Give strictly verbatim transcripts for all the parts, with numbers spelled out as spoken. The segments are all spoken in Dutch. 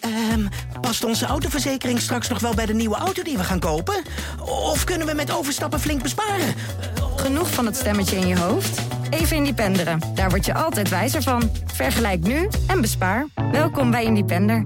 Um, past onze autoverzekering straks nog wel bij de nieuwe auto die we gaan kopen? Of kunnen we met overstappen flink besparen? Genoeg van het stemmetje in je hoofd? Even Independeren. Daar word je altijd wijzer van. Vergelijk nu en bespaar. Welkom bij Independer.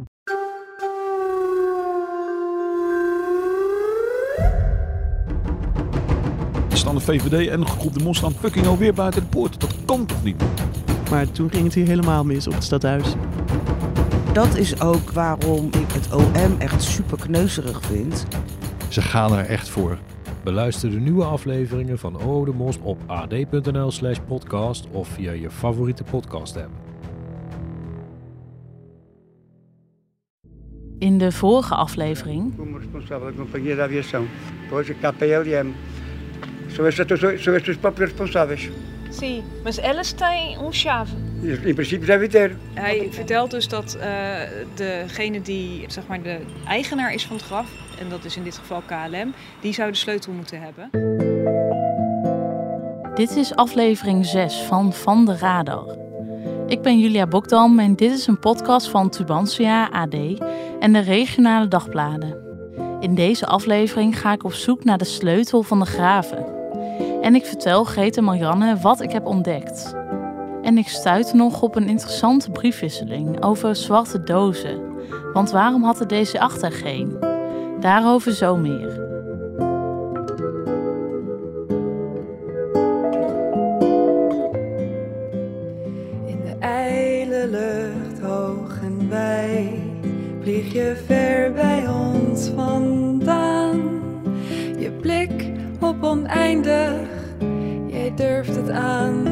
Staan de V V D en de groep de Mos staan fucking alweer buiten de poort. Dat kan toch niet? Maar toen ging het hier helemaal mis op het stadhuis. Dat is ook waarom ik het O M echt super kneuzerig vind. Ze gaan er echt voor. Beluister de nieuwe afleveringen van O de Mos op ad.nl slash podcast of via je favoriete podcast app. In de vorige aflevering Sim, mas elas têm um chave. In principe zijn we ter. Hij vertelt dus dat uh, degene die zeg maar de eigenaar is van het graf, en dat is in dit geval K L M, die zou de sleutel moeten hebben. Dit is aflevering zes van Van de Radar. Ik ben Julia Bokdam en dit is een podcast van Tubantia, A D en de regionale dagbladen. In deze aflevering ga ik op zoek naar de sleutel van de graven. En ik vertel Greet en Marianne wat ik heb ontdekt. En ik stuitte nog op een interessante briefwisseling over zwarte dozen. Want waarom had er deze achter geen? Daarover zo meer. In de ijle lucht hoog en wij vlieg je ver bij ons vandaan. Je blik op oneindig, jij durft het aan.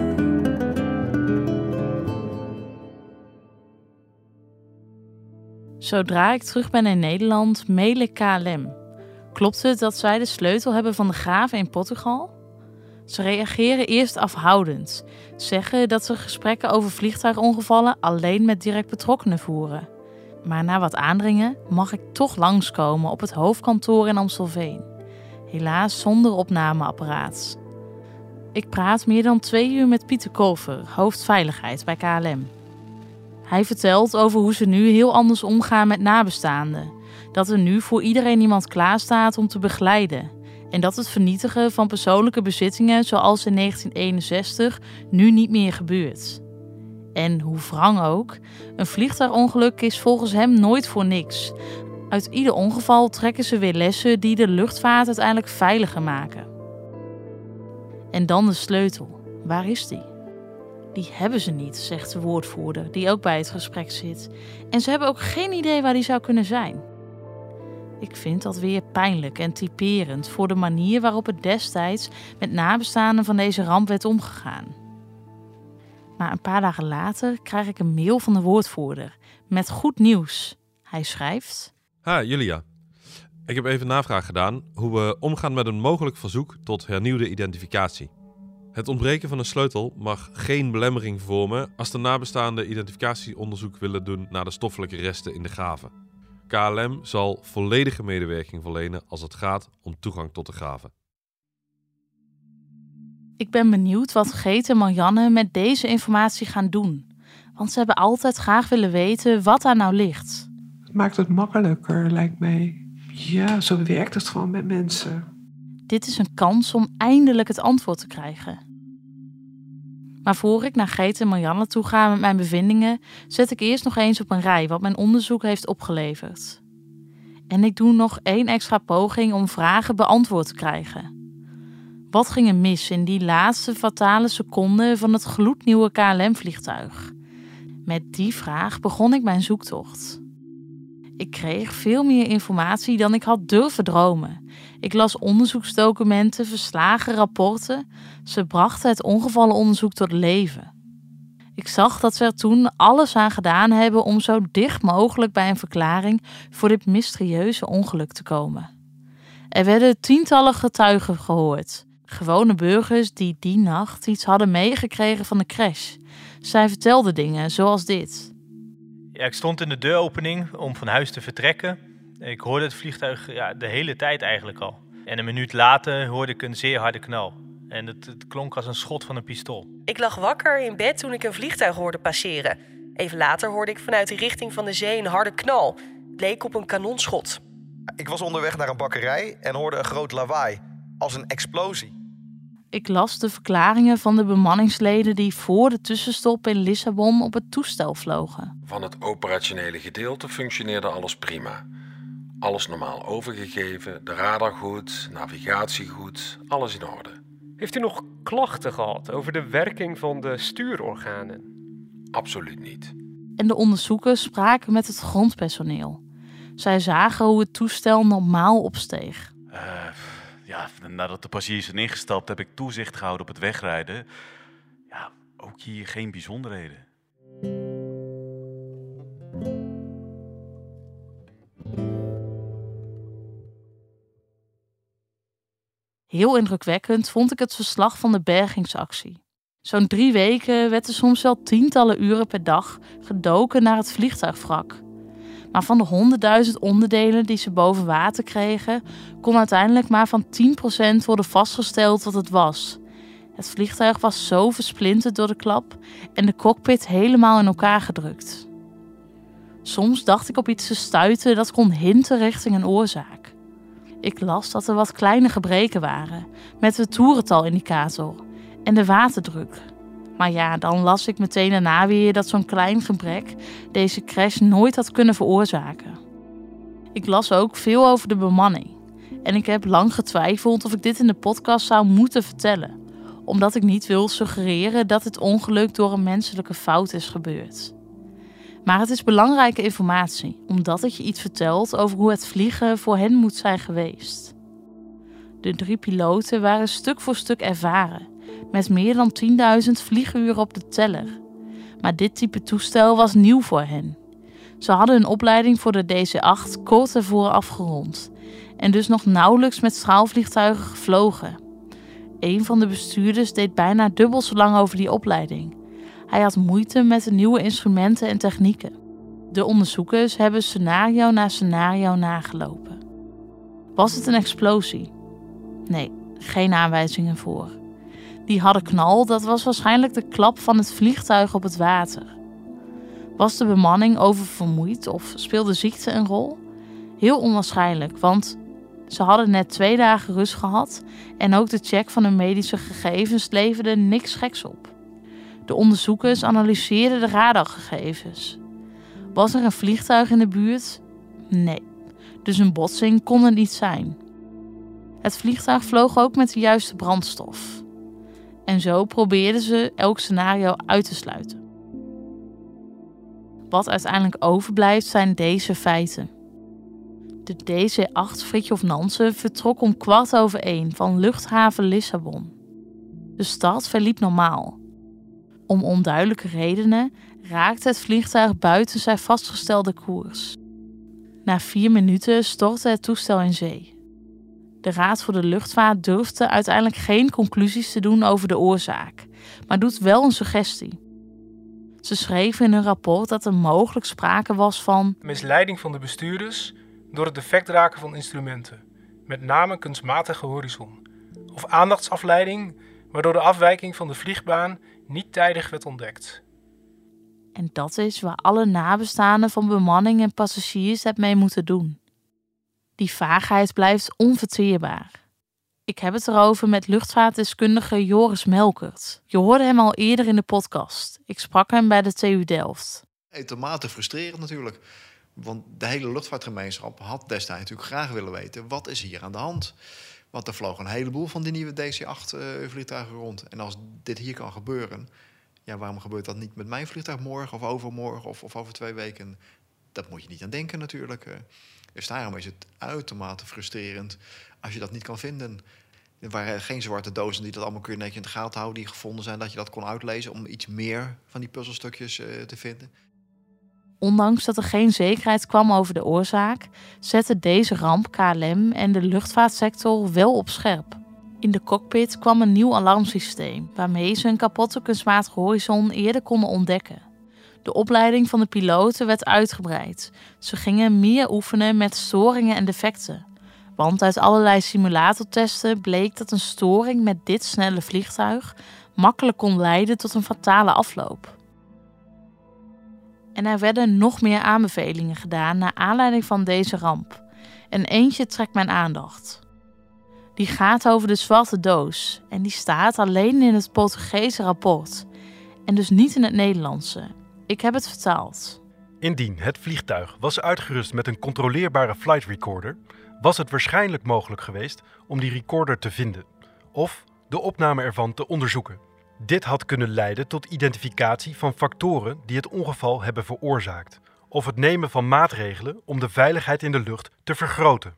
Zodra ik terug ben in Nederland, mail ik K L M. Klopt het dat zij de sleutel hebben van de graven in Portugal? Ze reageren eerst afhoudend. Zeggen dat ze gesprekken over vliegtuigongevallen alleen met direct betrokkenen voeren. Maar na wat aandringen mag ik toch langskomen op het hoofdkantoor in Amstelveen. Helaas zonder opnameapparaat. Ik praat meer dan twee uur met Pieter Kolver, hoofdveiligheid bij K L M. Hij vertelt over hoe ze nu heel anders omgaan met nabestaanden. Dat er nu voor iedereen iemand klaarstaat om te begeleiden. En dat het vernietigen van persoonlijke bezittingen zoals in negentien eenenzestig nu niet meer gebeurt. En hoe wrang ook, een vliegtuigongeluk is volgens hem nooit voor niks. Uit ieder ongeval trekken ze weer lessen die de luchtvaart uiteindelijk veiliger maken. En dan de sleutel. Waar is die? Die hebben ze niet, zegt de woordvoerder, die ook bij het gesprek zit. En ze hebben ook geen idee waar die zou kunnen zijn. Ik vind dat weer pijnlijk en typerend voor de manier waarop het destijds met nabestaanden van deze ramp werd omgegaan. Maar een paar dagen later krijg ik een mail van de woordvoerder met goed nieuws. Hij schrijft: Ha, Julia. Ik heb even navraag gedaan hoe we omgaan met een mogelijk verzoek tot hernieuwde identificatie. Het ontbreken van een sleutel mag geen belemmering vormen als de nabestaanden identificatieonderzoek willen doen naar de stoffelijke resten in de graven. K L M zal volledige medewerking verlenen als het gaat om toegang tot de graven. Ik ben benieuwd wat Greet en Marianne met deze informatie gaan doen. Want ze hebben altijd graag willen weten wat daar nou ligt. Het maakt het makkelijker, lijkt mij. Ja, zo werkt het gewoon met mensen. Dit is een kans om eindelijk het antwoord te krijgen. Maar voor ik naar Greet en Marianne toe ga met mijn bevindingen, zet ik eerst nog eens op een rij wat mijn onderzoek heeft opgeleverd. En ik doe nog één extra poging om vragen beantwoord te krijgen. Wat ging er mis in die laatste fatale seconden van het gloednieuwe K L M-vliegtuig? Met die vraag begon ik mijn zoektocht. Ik kreeg veel meer informatie dan ik had durven dromen. Ik las onderzoeksdocumenten, verslagen, rapporten. Ze brachten het ongevallenonderzoek tot leven. Ik zag dat ze er toen alles aan gedaan hebben om zo dicht mogelijk bij een verklaring voor dit mysterieuze ongeluk te komen. Er werden tientallen getuigen gehoord. Gewone burgers die die nacht iets hadden meegekregen van de crash. Zij vertelden dingen zoals dit. Ja, ik stond in de deuropening om van huis te vertrekken. Ik hoorde het vliegtuig ja, de hele tijd eigenlijk al. En een minuut later hoorde ik een zeer harde knal. En het, het klonk als een schot van een pistool. Ik lag wakker in bed toen ik een vliegtuig hoorde passeren. Even later hoorde ik vanuit de richting van de zee een harde knal. Het leek op een kanonschot. Ik was onderweg naar een bakkerij en hoorde een groot lawaai, als een explosie. Ik las de verklaringen van de bemanningsleden die voor de tussenstop in Lissabon op het toestel vlogen. Van het operationele gedeelte functioneerde alles prima. Alles normaal overgegeven, de radar goed, navigatie goed, alles in orde. Heeft u nog klachten gehad over de werking van de stuurorganen? Absoluut niet. En de onderzoekers spraken met het grondpersoneel. Zij zagen hoe het toestel normaal opsteeg. Uh, ja, nadat de passagiers zijn ingestapt, heb ik toezicht gehouden op het wegrijden. Ja, ook hier geen bijzonderheden. Heel indrukwekkend vond ik het verslag van de bergingsactie. Zo'n drie weken werd er soms wel tientallen uren per dag gedoken naar het vliegtuigwrak. Maar van de honderdduizend onderdelen die ze boven water kregen, kon uiteindelijk maar van tien procent worden vastgesteld wat het was. Het vliegtuig was zo versplinterd door de klap en de cockpit helemaal in elkaar gedrukt. Soms dacht ik op iets te stuiten dat kon hinten richting een oorzaak. Ik las dat er wat kleine gebreken waren, met de toerentalindicator en de waterdruk. Maar ja, dan las ik meteen daarna weer dat zo'n klein gebrek deze crash nooit had kunnen veroorzaken. Ik las ook veel over de bemanning. En ik heb lang getwijfeld of ik dit in de podcast zou moeten vertellen, omdat ik niet wil suggereren dat het ongeluk door een menselijke fout is gebeurd. Maar het is belangrijke informatie, omdat het je iets vertelt over hoe het vliegen voor hen moet zijn geweest. De drie piloten waren stuk voor stuk ervaren, met meer dan tienduizend vlieguren op de teller. Maar dit type toestel was nieuw voor hen. Ze hadden hun opleiding voor de D C acht kort tevoren afgerond en dus nog nauwelijks met straalvliegtuigen gevlogen. Een van de bestuurders deed bijna dubbel zo lang over die opleiding. Hij had moeite met de nieuwe instrumenten en technieken. De onderzoekers hebben scenario na scenario nagelopen. Was het een explosie? Nee, geen aanwijzingen voor. Die harde knal, dat was waarschijnlijk de klap van het vliegtuig op het water. Was de bemanning oververmoeid of speelde ziekte een rol? Heel onwaarschijnlijk, want ze hadden net twee dagen rust gehad en ook de check van hun medische gegevens leverde niks geks op. De onderzoekers analyseerden de radargegevens. Was er een vliegtuig in de buurt? Nee, dus een botsing kon er niet zijn. Het vliegtuig vloog ook met de juiste brandstof. En zo probeerden ze elk scenario uit te sluiten. Wat uiteindelijk overblijft zijn deze feiten. De D C acht Fridtjof Nansen vertrok om kwart over één van luchthaven Lissabon. De start verliep normaal. Om onduidelijke redenen raakte het vliegtuig buiten zijn vastgestelde koers. Na vier minuten stortte het toestel in zee. De Raad voor de Luchtvaart durfde uiteindelijk geen conclusies te doen over de oorzaak, maar doet wel een suggestie. Ze schreven in hun rapport dat er mogelijk sprake was van misleiding van de bestuurders door het defect raken van instrumenten, met name kunstmatige horizon, of aandachtsafleiding waardoor de afwijking van de vliegbaan niet tijdig werd ontdekt. En dat is waar alle nabestaanden van bemanning en passagiers het mee moeten doen. Die vaagheid blijft onverteerbaar. Ik heb het erover met luchtvaartdeskundige Joris Melkert. Je hoorde hem al eerder in de podcast. Ik sprak hem bij de T U Delft. Uitermate frustrerend natuurlijk. Want de hele luchtvaartgemeenschap had destijds natuurlijk graag willen weten, wat is hier aan de hand? Want er vlogen een heleboel van die nieuwe D C acht uh, vliegtuigen rond. En als dit hier kan gebeuren, ja, waarom gebeurt dat niet met mijn vliegtuig morgen of overmorgen of, of over twee weken? Dat moet je niet aan denken natuurlijk. Dus daarom is het uitermate frustrerend als je dat niet kan vinden. Er waren geen zwarte dozen die dat allemaal kun je netjes in de gaten houden, die gevonden zijn, dat je dat kon uitlezen om iets meer van die puzzelstukjes uh, te vinden. Ondanks dat er geen zekerheid kwam over de oorzaak, zette deze ramp K L M en de luchtvaartsector wel op scherp. In de cockpit kwam een nieuw alarmsysteem, waarmee ze een kapotte kunstmatige horizon eerder konden ontdekken. De opleiding van de piloten werd uitgebreid. Ze gingen meer oefenen met storingen en defecten. Want uit allerlei simulatortesten bleek dat een storing met dit snelle vliegtuig makkelijk kon leiden tot een fatale afloop. En er werden nog meer aanbevelingen gedaan naar aanleiding van deze ramp. En eentje trekt mijn aandacht. Die gaat over de zwarte doos en die staat alleen in het Portugese rapport en dus niet in het Nederlandse. Ik heb het vertaald. Indien het vliegtuig was uitgerust met een controleerbare flight recorder, was het waarschijnlijk mogelijk geweest om die recorder te vinden of de opname ervan te onderzoeken. Dit had kunnen leiden tot identificatie van factoren die het ongeval hebben veroorzaakt of het nemen van maatregelen om de veiligheid in de lucht te vergroten.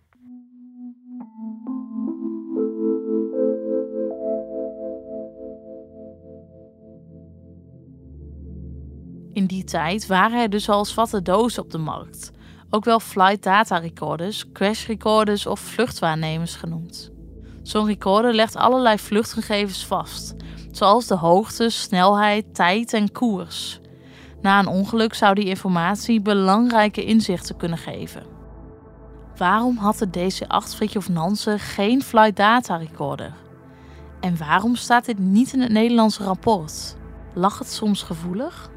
In die tijd waren er dus al zwarte dozen op de markt. Ook wel flight data recorders, crash recorders of vluchtwaarnemers genoemd. Zo'n recorder legt allerlei vluchtgegevens vast, zoals de hoogte, snelheid, tijd en koers. Na een ongeluk zou die informatie belangrijke inzichten kunnen geven. Waarom had de D C acht Fridtjof Nansen geen flight data recorder? En waarom staat dit niet in het Nederlandse rapport? Lag het soms gevoelig?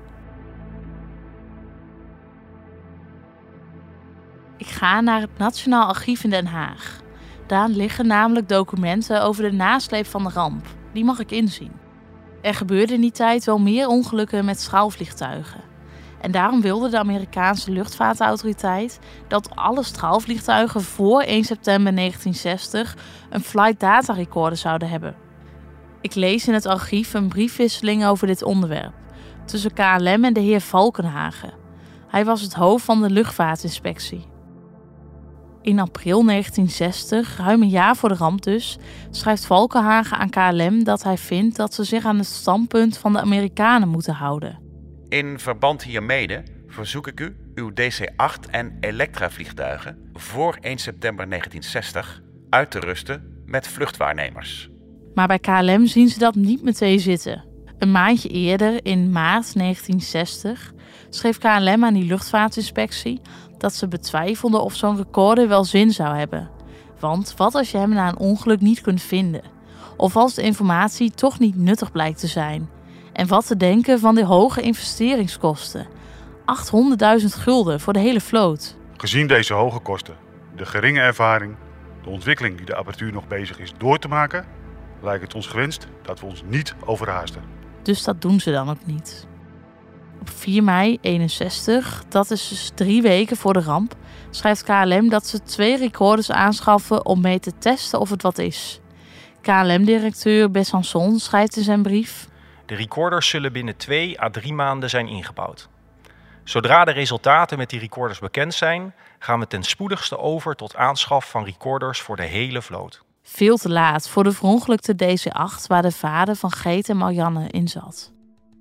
Ik ga naar het Nationaal Archief in Den Haag. Daar liggen namelijk documenten over de nasleep van de ramp. Die mag ik inzien. Er gebeurden in die tijd wel meer ongelukken met straalvliegtuigen. En daarom wilde de Amerikaanse luchtvaartautoriteit dat alle straalvliegtuigen voor één september negentien zestig een flight data recorder zouden hebben. Ik lees in het archief een briefwisseling over dit onderwerp tussen K L M en de heer Valkenhagen. Hij was het hoofd van de luchtvaartinspectie. In april negentien zestig, ruim een jaar voor de ramp dus, schrijft Valkenhagen aan K L M dat hij vindt dat ze zich aan het standpunt van de Amerikanen moeten houden. In verband hiermee verzoek ik u uw D C acht en Electra-vliegtuigen voor één september negentien zestig uit te rusten met vluchtwaarnemers. Maar bij K L M zien ze dat niet meteen zitten. Een maandje eerder, in maart negentien zestig, schreef K L M aan die luchtvaartinspectie dat ze betwijfelden of zo'n recorder wel zin zou hebben. Want wat als je hem na een ongeluk niet kunt vinden? Of als de informatie toch niet nuttig blijkt te zijn? En wat te denken van de hoge investeringskosten? achthonderdduizend gulden voor de hele vloot. Gezien deze hoge kosten, de geringe ervaring, de ontwikkeling die de apparatuur nog bezig is door te maken, lijkt het ons gewenst dat we ons niet overhaasten. Dus dat doen ze dan ook niet. Op vier mei eenenzestig, dat is dus drie weken voor de ramp, schrijft K L M dat ze twee recorders aanschaffen om mee te testen of het wat is. K L M-directeur Besançon schrijft in zijn brief: de recorders zullen binnen twee à drie maanden zijn ingebouwd. Zodra de resultaten met die recorders bekend zijn, gaan we ten spoedigste over tot aanschaf van recorders voor de hele vloot. Veel te laat voor de verongelukte D C acht waar de vader van Geet en Marianne in zat.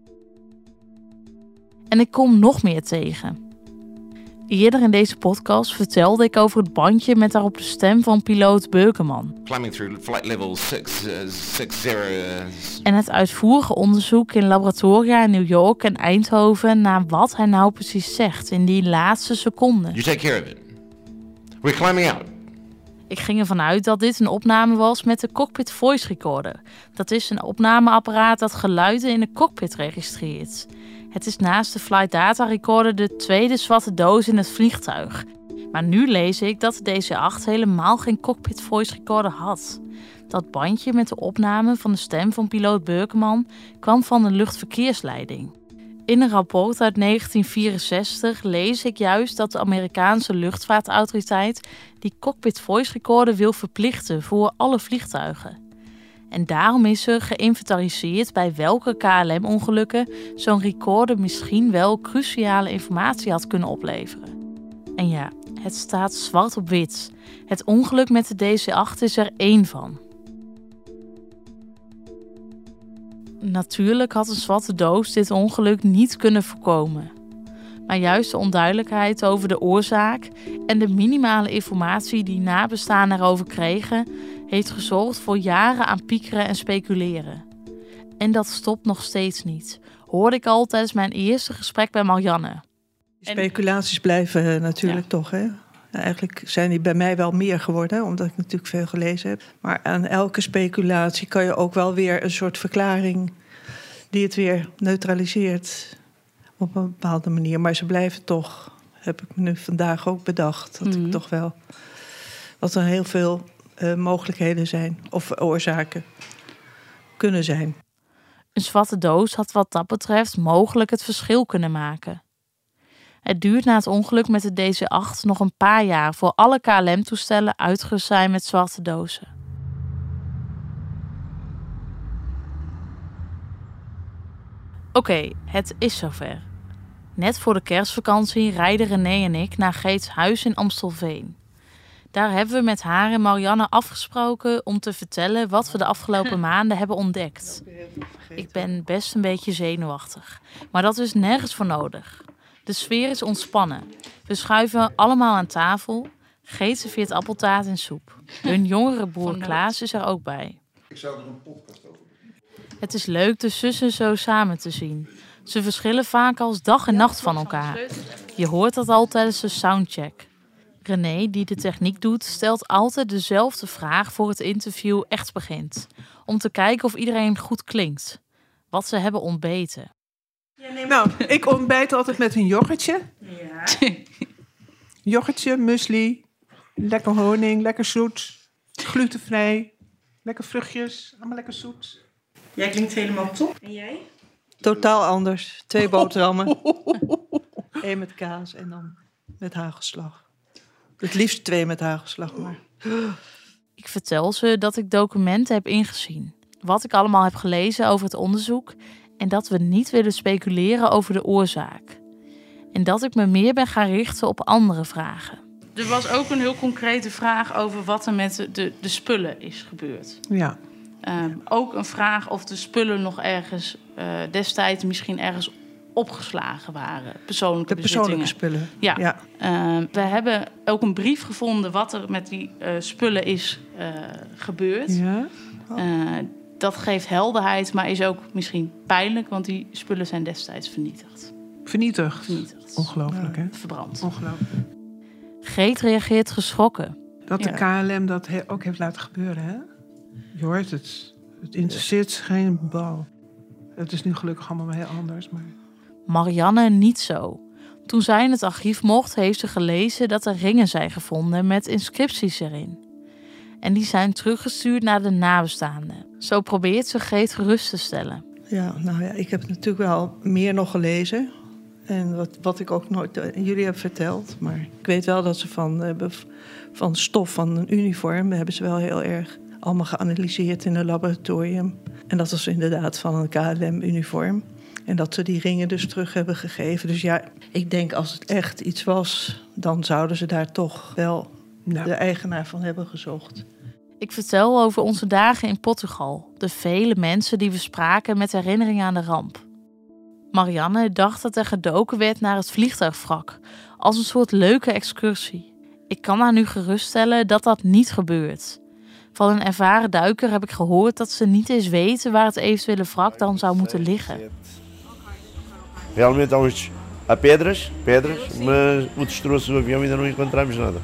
En ik kom nog meer tegen. Eerder in deze podcast vertelde ik over het bandje met daarop de stem van piloot Beukeman. Climbing through flight level six, uh, six zero. Uh... En het uitvoerige onderzoek in laboratoria in New York en Eindhoven naar wat hij nou precies zegt in die laatste seconden. You take care of it. We're climbing out. Ik ging ervan uit dat dit een opname was met de Cockpit Voice Recorder. Dat is een opnameapparaat dat geluiden in de cockpit registreert. Het is naast de Flight Data Recorder de tweede zwarte doos in het vliegtuig. Maar nu lees ik dat de D C acht helemaal geen Cockpit Voice Recorder had. Dat bandje met de opname van de stem van piloot Beukeman kwam van de luchtverkeersleiding. In een rapport uit negentien vierenzestig lees ik juist dat de Amerikaanse luchtvaartautoriteit die Cockpit Voice Recorder wil verplichten voor alle vliegtuigen. En daarom is er geïnventariseerd bij welke K L M-ongelukken zo'n recorder misschien wel cruciale informatie had kunnen opleveren. En ja, het staat zwart op wit. Het ongeluk met de D C acht is er één van. Natuurlijk had een zwarte doos dit ongeluk niet kunnen voorkomen. Maar juist de onduidelijkheid over de oorzaak en de minimale informatie die nabestaanden erover kregen, heeft gezorgd voor jaren aan piekeren en speculeren. En dat stopt nog steeds niet, hoorde ik al tijdens mijn eerste gesprek bij Marianne. Speculaties blijven natuurlijk ja. toch, hè? Eigenlijk zijn die bij mij wel meer geworden, omdat ik natuurlijk veel gelezen heb. Maar aan elke speculatie kan je ook wel weer een soort verklaring die het weer neutraliseert op een bepaalde manier. Maar ze blijven toch, heb ik me nu vandaag ook bedacht... dat mm. ik toch wel... dat er heel veel uh, mogelijkheden zijn, of oorzaken kunnen zijn. Een zwarte doos had wat dat betreft mogelijk het verschil kunnen maken. Het duurt na het ongeluk met de D C acht nog een paar jaar... voor alle K L M-toestellen uitgerust zijn met zwarte dozen. Oké, okay, het is zover. Net voor de kerstvakantie rijden René en ik naar Geets huis in Amstelveen. Daar hebben we met haar en Marianne afgesproken om te vertellen wat we de afgelopen maanden hebben ontdekt. Ik ben best een beetje zenuwachtig, maar dat is nergens voor nodig. De sfeer is ontspannen. We schuiven allemaal aan tafel. Geet serveert appeltaart en soep. Hun jongere broer Klaas is er ook bij. Ik zou er een podcast over doen. Het is leuk de zussen zo samen te zien. Ze verschillen vaak als dag en nacht van elkaar. Je hoort dat al tijdens de soundcheck. René, die de techniek doet, stelt altijd dezelfde vraag voor het interview echt begint. Om te kijken of iedereen goed klinkt. Wat ze hebben ontbeten. Ja, nee, nou, ik ontbijt altijd met een yoghurtje. Ja. Yoghurtje, muesli, lekker honing, lekker zoet, glutenvrij, lekker vruchtjes, allemaal lekker zoet. Jij klinkt helemaal top. En jij? Totaal anders. Twee boterhammen. Eén met kaas en dan met hagelslag. Het liefst twee met hagelslag, maar... Ik vertel ze dat ik documenten heb ingezien. Wat ik allemaal heb gelezen over het onderzoek... en dat we niet willen speculeren over de oorzaak. En dat ik me meer ben gaan richten op andere vragen. Er was ook een heel concrete vraag over wat er met de, de, de spullen is gebeurd. Ja. Um, ook een vraag of de spullen nog ergens uh, destijds misschien ergens opgeslagen waren. Persoonlijke de persoonlijke spullen. Ja. ja. Uh, we hebben ook een brief gevonden wat er met die uh, spullen is uh, gebeurd. Ja. Oh. Uh, dat geeft helderheid, maar is ook misschien pijnlijk, want die spullen zijn destijds vernietigd. Vernietigd? Vernietigd. Ongelooflijk, ja. hè? Verbrand. Ongelooflijk. Geet reageert geschrokken. Dat de ja. K L M dat he- ook heeft laten gebeuren, hè? Je hoort het. Het interesseert ja. geen bal. Het is nu gelukkig allemaal heel anders, maar... Marianne niet zo. Toen zij in het archief mocht, heeft ze gelezen dat er ringen zijn gevonden met inscripties erin. En die zijn teruggestuurd naar de nabestaanden. Zo probeert ze Geet gerust te stellen. Ja, nou ja, ik heb natuurlijk wel meer nog gelezen. En wat, wat ik ook nooit aan jullie heb verteld. Maar ik weet wel dat ze van, uh, van stof van een uniform... hebben ze wel heel erg allemaal geanalyseerd in een laboratorium. En dat was inderdaad van een K L M-uniform. En dat ze die ringen dus terug hebben gegeven. Dus ja, ik denk als het echt iets was... dan zouden ze daar toch wel nou. de eigenaar van hebben gezocht. Ik vertel over onze dagen in Portugal. De vele mensen die we spraken met herinneringen aan de ramp. Marianne dacht dat er gedoken werd naar het vliegtuigwrak. Als een soort leuke excursie. Ik kan haar nu geruststellen dat dat niet gebeurt. Van een ervaren duiker heb ik gehoord dat ze niet eens weten... waar het eventuele wrak dan zou moeten liggen. Realmente há uns há pedras, pedras, mas o destroço do avião ainda não encontramos nada.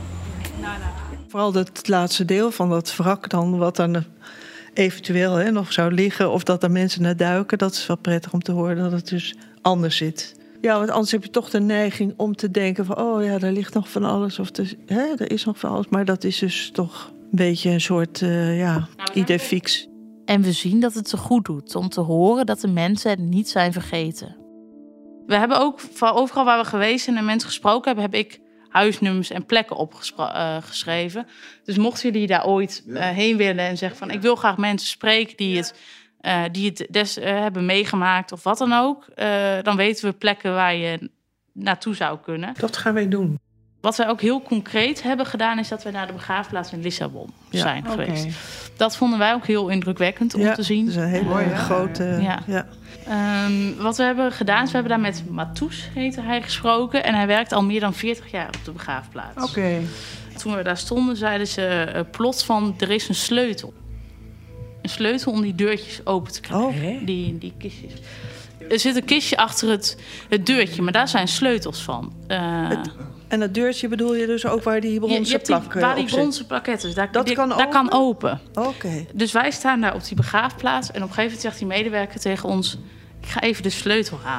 Vooral het laatste deel van dat wrak dan, wat dan eventueel hè, nog zou liggen... of dat er mensen naar duiken, dat is wel prettig om te horen dat het dus anders zit. Ja, want anders heb je toch de neiging om te denken van... oh ja, daar ligt nog van alles, of er, hè, er is nog van alles. Maar dat is dus toch een beetje een soort uh, ja, idee fix. En we zien dat het ze goed doet om te horen dat de mensen het niet zijn vergeten. We hebben ook van overal waar we geweest zijn en mensen gesproken hebben... heb ik huisnummers en plekken opgeschreven. Uh, dus mochten jullie daar ooit uh, heen willen en zeggen van... ik wil graag mensen spreken die het, uh, die het des, uh, hebben meegemaakt of wat dan ook... Uh, dan weten we plekken waar je naartoe zou kunnen. Dat gaan wij doen. Wat wij ook heel concreet hebben gedaan... is dat we naar de begraafplaats in Lissabon ja, zijn okay. geweest. Dat vonden wij ook heel indrukwekkend om ja, te zien. Dat is een hele mooie, grote... Ja. Ja. Um, wat we hebben gedaan is, we hebben daar met Matous, heette hij, gesproken. En hij werkt al meer dan veertig jaar op de begraafplaats. Oké. Okay. Toen we daar stonden, zeiden ze uh, plots van, er is een sleutel. Een sleutel om die deurtjes open te krijgen. Oh. Die, die kistjes. Er zit een kistje achter het, het deurtje, maar daar zijn sleutels van. Uh, het, en dat deurtje bedoel je dus ook waar die bronzen plakken Waar die bronzen plaketten, daar, dat die, kan, daar open? kan open. Oké. Okay. Dus wij staan daar op die begraafplaats en op een gegeven moment zegt die medewerker tegen ons... ik ga even de sleutel halen.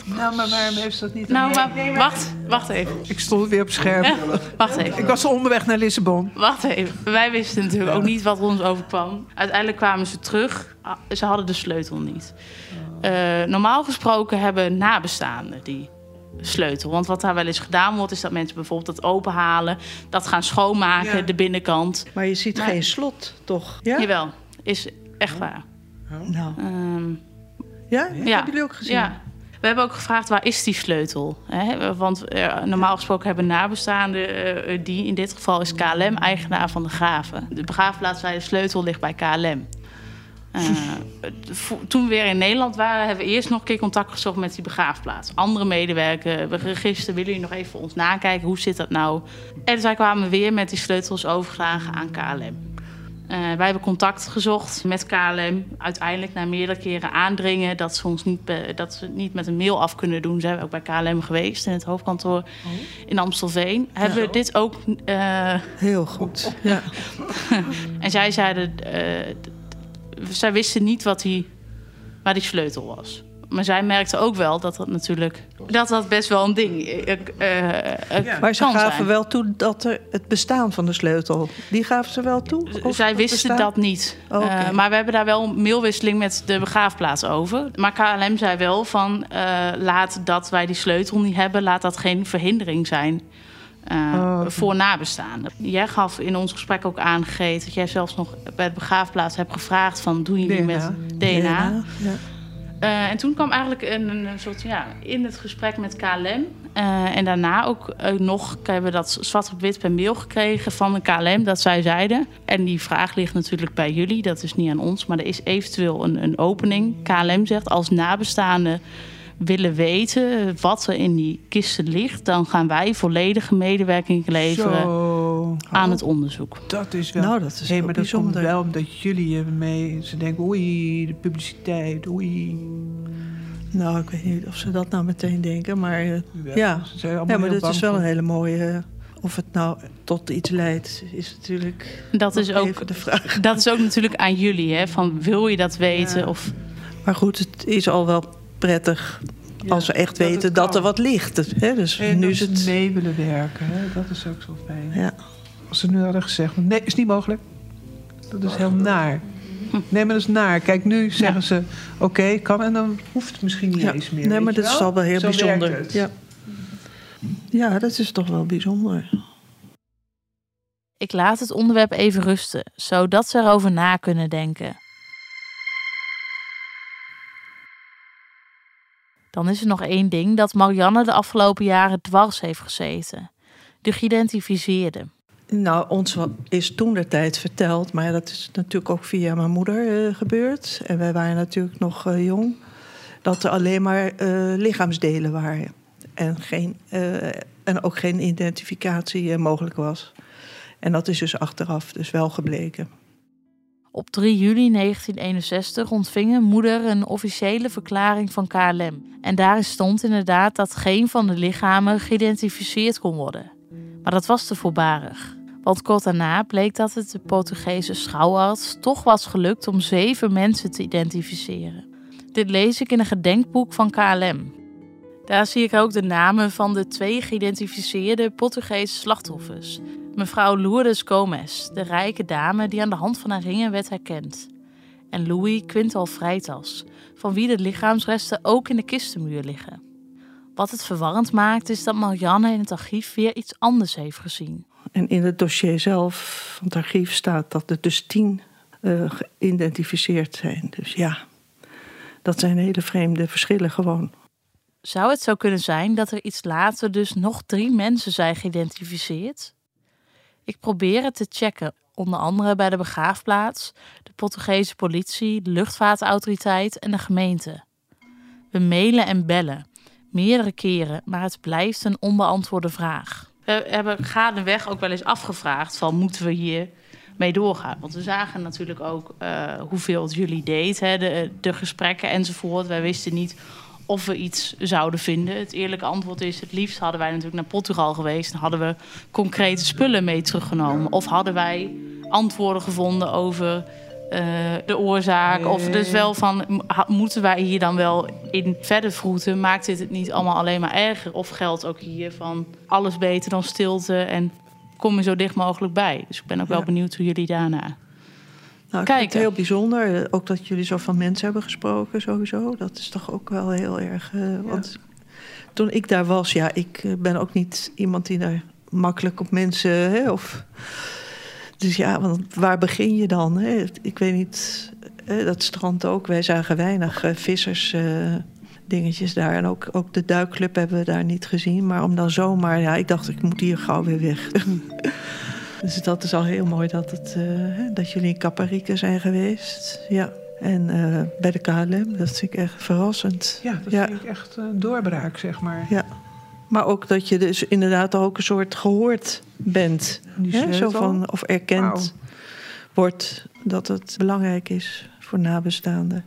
Nou, maar waarom heeft ze dat niet... Nou, maar Nee, maar- wacht, wacht even. Ik stond weer op scherm. Ja, wacht even. Ik was onderweg naar Lissabon. Wacht even. Wij wisten natuurlijk ook niet wat er ons overkwam. Uiteindelijk kwamen ze terug. Ah, Ze hadden de sleutel niet. Uh, normaal gesproken hebben nabestaanden die sleutel. Want wat daar wel eens gedaan wordt, is dat mensen bijvoorbeeld dat openhalen, dat gaan schoonmaken, Ja. de binnenkant. Maar je ziet Maar- geen slot, toch? Ja? Jawel, is echt waar. Nou. Um, ja? Dat hebben jullie ook gezien? Ja. We hebben ook gevraagd, waar is die sleutel? Hè? Want uh, normaal gesproken hebben nabestaanden, uh, die in dit geval is K L M, eigenaar van de graven. De begraafplaats waar de sleutel ligt bij K L M. Uh, toen we weer in Nederland waren, hebben we eerst nog een keer contact gezocht met die begraafplaats. Andere medewerkers, we register, willen jullie nog even voor ons nakijken? Hoe zit dat nou? En zij kwamen weer met die sleutels overgedragen aan K L M. Uh, wij hebben contact gezocht met K L M. Uiteindelijk na meerdere keren aandringen dat ze ons niet, be, dat ze het niet met een mail af kunnen doen. Zijn we ook bij K L M geweest in het hoofdkantoor oh. in Amstelveen. Ja. Hebben we dit ook... Uh... Heel goed, ja. En zij zeiden... Uh, zij wisten niet wat die, waar die sleutel was. Maar zij merkte ook wel dat dat natuurlijk... dat dat best wel een ding uh, uh, ja. Maar ze kan gaven zijn. wel toe dat er het bestaan van de sleutel... die gaven ze wel toe? Of zij wisten bestaan? Dat niet. Oh, okay. uh, maar we hebben daar wel een mailwisseling met de begraafplaats over. Maar K L M zei wel van... Uh, laat dat wij die sleutel niet hebben... laat dat geen verhindering zijn... Uh, oh, okay. voor nabestaanden. Jij gaf in ons gesprek ook aangegeven... dat jij zelfs nog bij de begraafplaats hebt gevraagd... van doen jullie met D N A? D N A ja. uh, en toen kwam eigenlijk een, een soort... ja, in het gesprek met K L M... Uh, en daarna ook uh, nog... hebben we dat zwart op wit per mail gekregen van de K L M... dat zij zeiden... en die vraag ligt natuurlijk bij jullie... dat is niet aan ons... maar er is eventueel een, een opening. K L M zegt als nabestaanden... willen weten wat er in die kisten ligt... dan gaan wij volledige medewerking leveren Zo. aan oh. het onderzoek. Dat is wel... Nou, dat is hey, maar dat bijzonder. komt wel omdat jullie ermee... ze denken, oei, de publiciteit, oei. Nou, ik weet niet of ze dat nou meteen denken, maar... Uh, ja, ja. ja, maar dat is wel een hele mooie... Uh, of het nou tot iets leidt, is natuurlijk dat is ook, de vraag. Dat is ook natuurlijk aan jullie, hè? Van, wil je dat weten? Ja. Of... Maar goed, het is al wel... prettig ja, als we echt dat weten dat er wat ligt. Hè? Dus en nu is het mee willen werken, hè? Dat is ook zo fijn. Ja. Als ze nu hadden gezegd, nee, is niet mogelijk. Dat is heel naar. Nee, maar dat is naar. Kijk, nu zeggen ja. ze, oké, okay, kan en dan hoeft het misschien niet ja. eens meer. Nee, maar dat is al wel heel zo bijzonder. Ja. ja, dat is toch wel bijzonder. Ik laat het onderwerp even rusten, zodat ze erover na kunnen denken. Dan is er nog één ding dat Marianne de afgelopen jaren dwars heeft gezeten. De geïdentificeerde. Nou, ons is toen de tijd verteld, maar dat is natuurlijk ook via mijn moeder uh, gebeurd. En wij waren natuurlijk nog uh, jong. Dat er alleen maar uh, lichaamsdelen waren. En, geen, uh, en ook geen identificatie uh, mogelijk was. En dat is dus achteraf dus wel gebleken. Op drie juli negentien eenenzestig ontving moeder een officiële verklaring van K L M. En daarin stond inderdaad dat geen van de lichamen geïdentificeerd kon worden. Maar dat was te voorbarig. Want kort daarna bleek dat het de Portugese schouwarts toch was gelukt om zeven mensen te identificeren. Dit lees ik in een gedenkboek van K L M. Daar zie ik ook de namen van de twee geïdentificeerde Portugese slachtoffers. Mevrouw Lourdes Gomes, de rijke dame die aan de hand van haar ringen werd herkend. En Louis Quintal Freitas, van wie de lichaamsresten ook in de kistenmuur liggen. Wat het verwarrend maakt is dat Marianne in het archief weer iets anders heeft gezien. En in het dossier zelf van het archief staat dat er dus tien uh, geïdentificeerd zijn. Dus ja, dat zijn hele vreemde verschillen gewoon. Zou het zo kunnen zijn dat er iets later dus nog drie mensen zijn geïdentificeerd? Ik probeer het te checken, onder andere bij de begraafplaats, de Portugese politie, de luchtvaartautoriteit en de gemeente. We mailen en bellen, meerdere keren, maar het blijft een onbeantwoorde vraag. We hebben gaandeweg ook wel eens afgevraagd van, moeten we hier mee doorgaan? Want we zagen natuurlijk ook uh, hoeveel het jullie deed, hè, de, de gesprekken enzovoort. Wij wisten niet of we iets zouden vinden. Het eerlijke antwoord is, het liefst hadden wij natuurlijk naar Portugal geweest en hadden we concrete spullen mee teruggenomen. Of hadden wij antwoorden gevonden over uh, de oorzaak. Nee. Of dus wel van, moeten wij hier dan wel in verder vroeten? Maakt dit het niet allemaal alleen maar erger? Of geldt ook hier van alles beter dan stilte en kom je zo dicht mogelijk bij? Dus ik ben ook wel Ja. benieuwd hoe jullie daarna Nou, ik kijken. vind het heel bijzonder. Ook dat jullie zo van mensen hebben gesproken, sowieso. Dat is toch ook wel heel erg... Uh, want toen ik daar was, ja, ik uh, ben ook niet iemand die daar makkelijk op mensen... Hè, of, dus ja, want waar begin je dan? Hè? Ik weet niet, uh, dat strand ook. Wij zagen weinig uh, vissers... Uh, dingetjes daar. En ook, ook de duikclub hebben we daar niet gezien. Maar om dan zomaar... Ja, ik dacht, ik moet hier gauw weer weg. Dus dat is al heel mooi dat, het, uh, dat jullie in Caparica zijn geweest. Ja. En uh, bij de K L M, dat vind ik echt verrassend. Ja, dat ja. vind ik echt een doorbraak, zeg maar. Ja. Maar ook dat je dus inderdaad ook een soort gehoord bent. Hè? Zo van, of erkend wow. wordt dat het belangrijk is voor nabestaanden.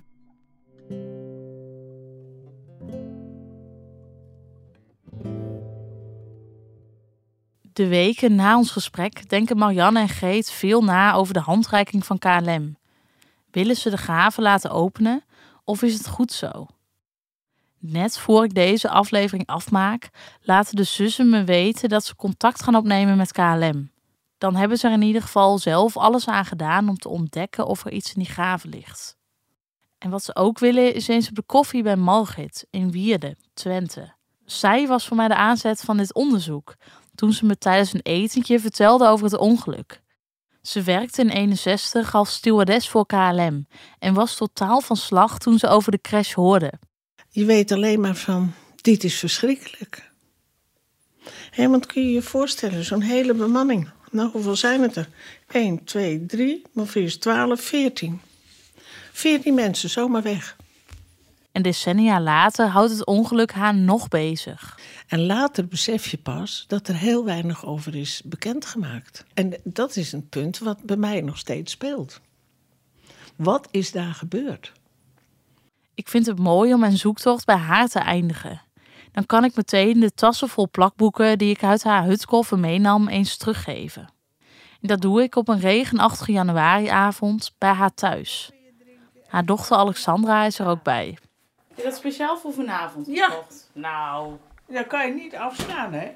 De weken na ons gesprek denken Marianne en Greet veel na over de handreiking van K L M. Willen ze de graven laten openen of is het goed zo? Net voor ik deze aflevering afmaak, laten de zussen me weten dat ze contact gaan opnemen met K L M. Dan hebben ze er in ieder geval zelf alles aan gedaan om te ontdekken of er iets in die graven ligt. En wat ze ook willen is eens op de koffie bij Margit in Wierden, Twente. Zij was voor mij de aanzet van dit onderzoek, toen ze me tijdens een etentje vertelde over het ongeluk. Ze werkte in eenenzestig als stewardess voor K L M en was totaal van slag toen ze over de crash hoorde. Je weet alleen maar van, dit is verschrikkelijk. Hé, want kun je je voorstellen, zo'n hele bemanning. Nou, hoeveel zijn het er? één, twee, drie, maar vier is twaalf, veertien. veertien mensen, zomaar weg. En decennia later houdt het ongeluk haar nog bezig. En later besef je pas dat er heel weinig over is bekendgemaakt. En dat is een punt wat bij mij nog steeds speelt. Wat is daar gebeurd? Ik vind het mooi om mijn zoektocht bij haar te eindigen. Dan kan ik meteen de tassen vol plakboeken die ik uit haar hutkoffer meenam eens teruggeven. En dat doe ik op een regenachtige januariavond bij haar thuis. Haar dochter Alexandra is er ook bij. Heb je dat speciaal voor vanavond gekocht? Ja. Nou... Dat kan je niet afstaan, hè?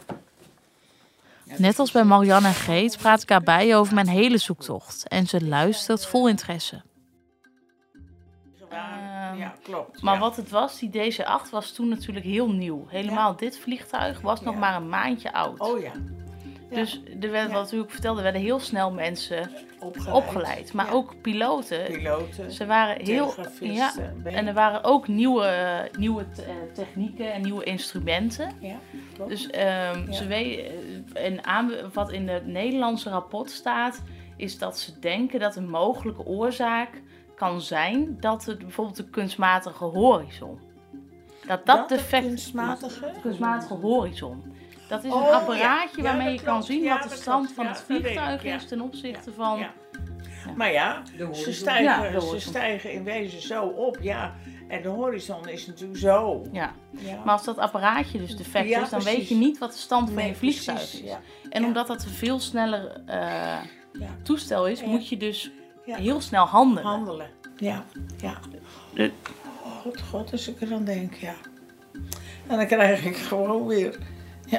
Net als bij Marianne en Greet praat ik haar bij over mijn hele zoektocht. En ze luistert vol interesse. Ja, klopt. Maar ja. wat het was, die D C acht was toen natuurlijk heel nieuw. Helemaal ja. Dit vliegtuig was nog ja. maar een maandje oud. Oh ja. Ja. Dus er werd, wat u ook vertelde, er werden heel snel mensen opgeleid. opgeleid. Maar ja. ook piloten. Piloten. Ze waren heel. Ja, en er waren ook nieuwe, nieuwe technieken en nieuwe instrumenten. Ja, klopt. Dus um, ja. ze weten. En aan, wat in het Nederlandse rapport staat, is dat ze denken dat een mogelijke oorzaak kan zijn dat het bijvoorbeeld de kunstmatige horizon. Dat dat, dat defect is. Kunstmatige? kunstmatige horizon. Dat is oh, een apparaatje ja. waarmee ja, je kan zien ja, wat de stand klopt. van ja, het vliegtuig ja. is ten opzichte ja. van... Ja. Ja. Maar ja, ze stijgen, ja, ze stijgen in wezen zo op, ja. En de horizon is natuurlijk zo. Ja, ja. Maar als dat apparaatje dus defect ja, is, dan precies. weet je niet wat de stand van nee, je vliegtuig precies. is. Ja. En ja. omdat dat een veel sneller uh, ja. toestel is, ja. moet je dus ja. heel snel handelen. Handelen, ja. ja. De... God, god, als ik er aan denk, ja. En dan krijg ik gewoon weer... Ja.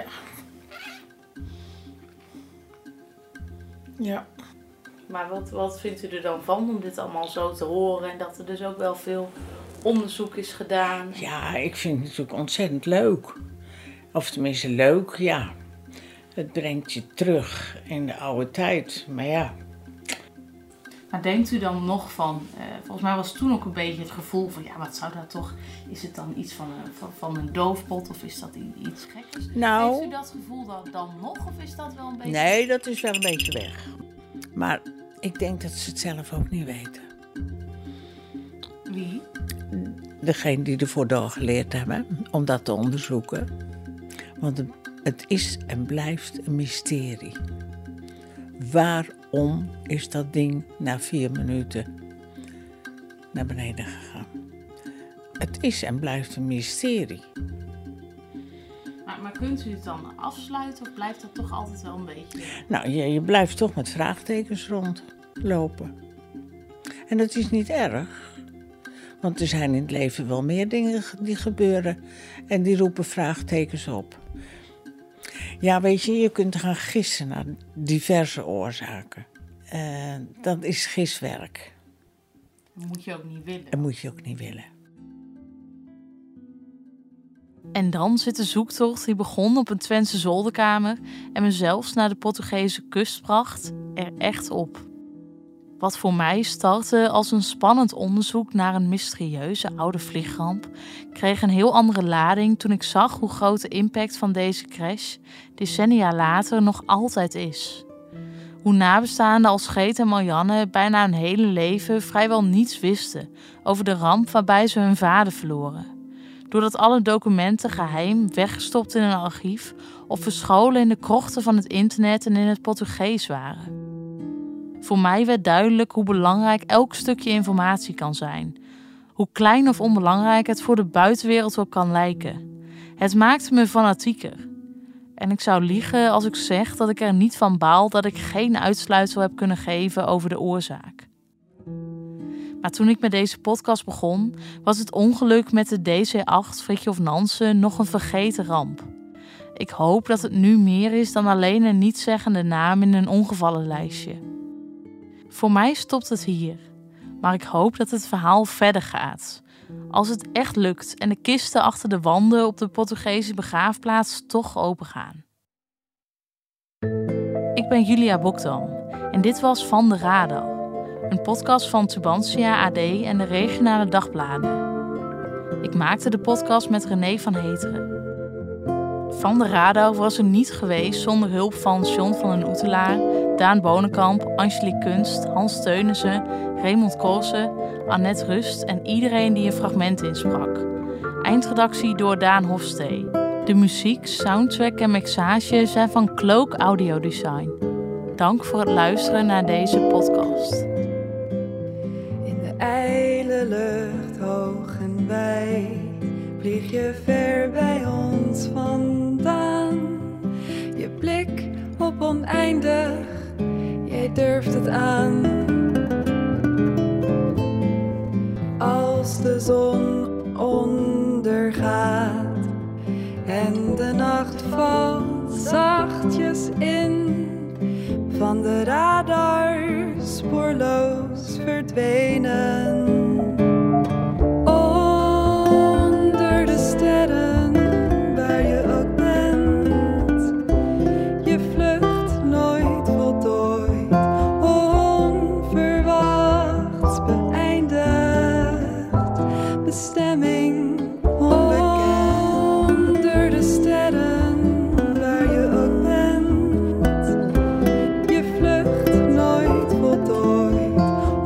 Ja. Maar wat, wat vindt u er dan van om dit allemaal zo te horen en dat er dus ook wel veel onderzoek is gedaan? Ja, ik vind het natuurlijk ontzettend leuk. Of tenminste leuk, ja. Het brengt je terug in de oude tijd, maar ja. Maar denkt u dan nog van, uh, volgens mij was toen ook een beetje het gevoel van, ja, wat zou dat toch, is het dan iets van een, van, van een doofpot of is dat iets geks? Nou, heeft u dat gevoel dan, dan nog of is dat wel een beetje... Nee, dat is wel een beetje weg. Maar ik denk dat ze het zelf ook niet weten. Wie? Degene die ervoor doorgeleerd hebben, om dat te onderzoeken. Want het is en blijft een mysterie. Waarom is dat ding na vier minuten naar beneden gegaan? Het is en blijft een mysterie. Maar, maar kunt u het dan afsluiten of blijft dat toch altijd wel een beetje... Nou, je, je blijft toch met vraagtekens rondlopen. En dat is niet erg. Want er zijn in het leven wel meer dingen die gebeuren. En die roepen vraagtekens op. Ja, weet je, je kunt gaan gissen naar diverse oorzaken. Uh, dat is giswerk. Dat moet je ook niet willen. Dat moet je ook niet willen. En dan zit de zoektocht die begon op een Twentse zolderkamer en me zelfs naar de Portugese kust bracht, er echt op. Wat voor mij startte als een spannend onderzoek naar een mysterieuze oude vliegramp, kreeg een heel andere lading toen ik zag hoe groot de impact van deze crash decennia later nog altijd is. Hoe nabestaanden als Greet en Marianne bijna hun hele leven vrijwel niets wisten over de ramp waarbij ze hun vader verloren. Doordat alle documenten geheim weggestopt in een archief of verscholen in de krochten van het internet en in het Portugees waren. Voor mij werd duidelijk hoe belangrijk elk stukje informatie kan zijn. Hoe klein of onbelangrijk het voor de buitenwereld ook kan lijken. Het maakte me fanatieker. En ik zou liegen als ik zeg dat ik er niet van baal dat ik geen uitsluitsel heb kunnen geven over de oorzaak. Maar toen ik met deze podcast begon, was het ongeluk met de D C acht Fridtjof Nansen nog een vergeten ramp. Ik hoop dat het nu meer is dan alleen een nietszeggende naam in een ongevallenlijstje. Voor mij stopt het hier, maar ik hoop dat het verhaal verder gaat. Als het echt lukt en de kisten achter de wanden op de Portugese begraafplaats toch opengaan. Ik ben Julia Bokdam en dit was Van de Radar. Een podcast van Tubantia A D en de regionale dagbladen. Ik maakte de podcast met René van Heteren. Van de Radar was er niet geweest zonder hulp van John van den Oetelaar, Daan Bonenkamp, Angelique Kunst, Hans Teunissen, Raymond Koolse, Annette Rust en iedereen die een fragment insprak. Eindredactie door Daan Hofstee. De muziek, soundtrack en mixage zijn van Cloak Audio Design. Dank voor het luisteren naar deze podcast. In de ijle lucht hoog en wijd vlieg je ver bij ons vandaan. Je blik op oneindig, jij durft het aan. Als de zon ondergaat en de nacht valt zachtjes in, van de radar spoorloos verdwenen. Onder de sterren waar je ook bent, je vlucht nooit voltooid, onverwachts beëindigd, bestemming onbekend. Onder de sterren waar je ook bent, je vlucht nooit voltooid,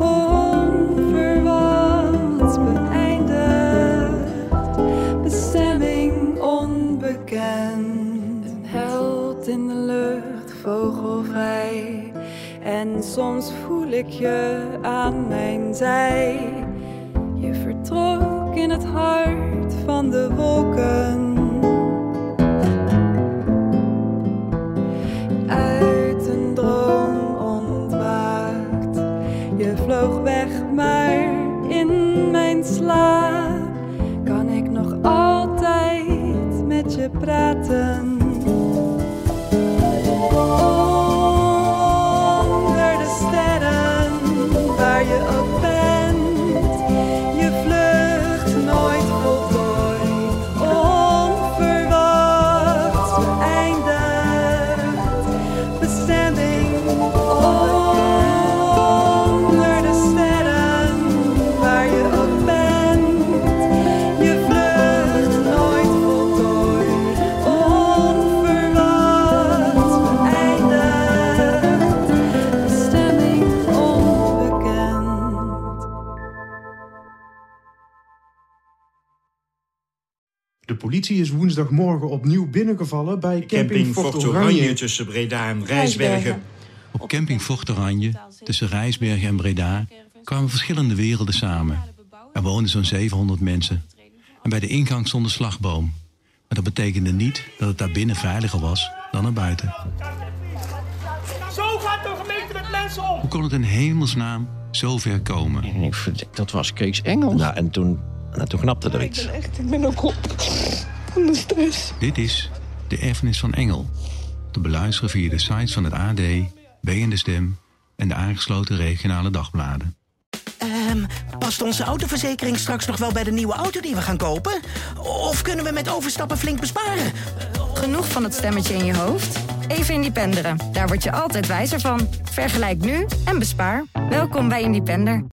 onverwachts beëindigd, bestemming onbekend. Een held in de lucht, vogelvrij, en soms voel ik je aan mijn zij. Je vertrok in het hart van de wolken. Uit een droom ontwaakt. Je vloog weg, maar in mijn slaap kan ik nog altijd met je praten. Onder de sterren waar je ook bent, je vlucht nooit voltooid, onverwachts beëindigd, bestemming onder de sterren waar je ook bent, je vlucht nooit voltooid, onverwachts beëindigd, bestemming onbekend. De politie is woensdagmorgen opnieuw binnengevallen bij camping Fort Oranje tussen Breda en Rijsbergen. Op camping Fort Oranje, tussen Rijsbergen en Breda, kwamen verschillende werelden samen. Er woonden zo'n zevenhonderd mensen. En bij de ingang stond een slagboom. Maar dat betekende niet dat het daar binnen veiliger was dan er buiten. Zo gaat de gemeente met mensen om! Hoe kon het in hemelsnaam zo ver komen. En ik verdik, dat was Kees Engels. Nou, en toen, nou, toen knapte er iets. Ik ben echt, ik ben ook op van de stress. Dit is De Erfenis van Engel. Te beluisteren via de sites van het A D, B en de Stem en de aangesloten regionale dagbladen. Um, past onze autoverzekering straks nog wel bij de nieuwe auto die we gaan kopen? Of kunnen we met overstappen flink besparen? Genoeg van het stemmetje in je hoofd? Even Independeren. Daar word je altijd wijzer van. Vergelijk nu en bespaar. Welkom bij Independer.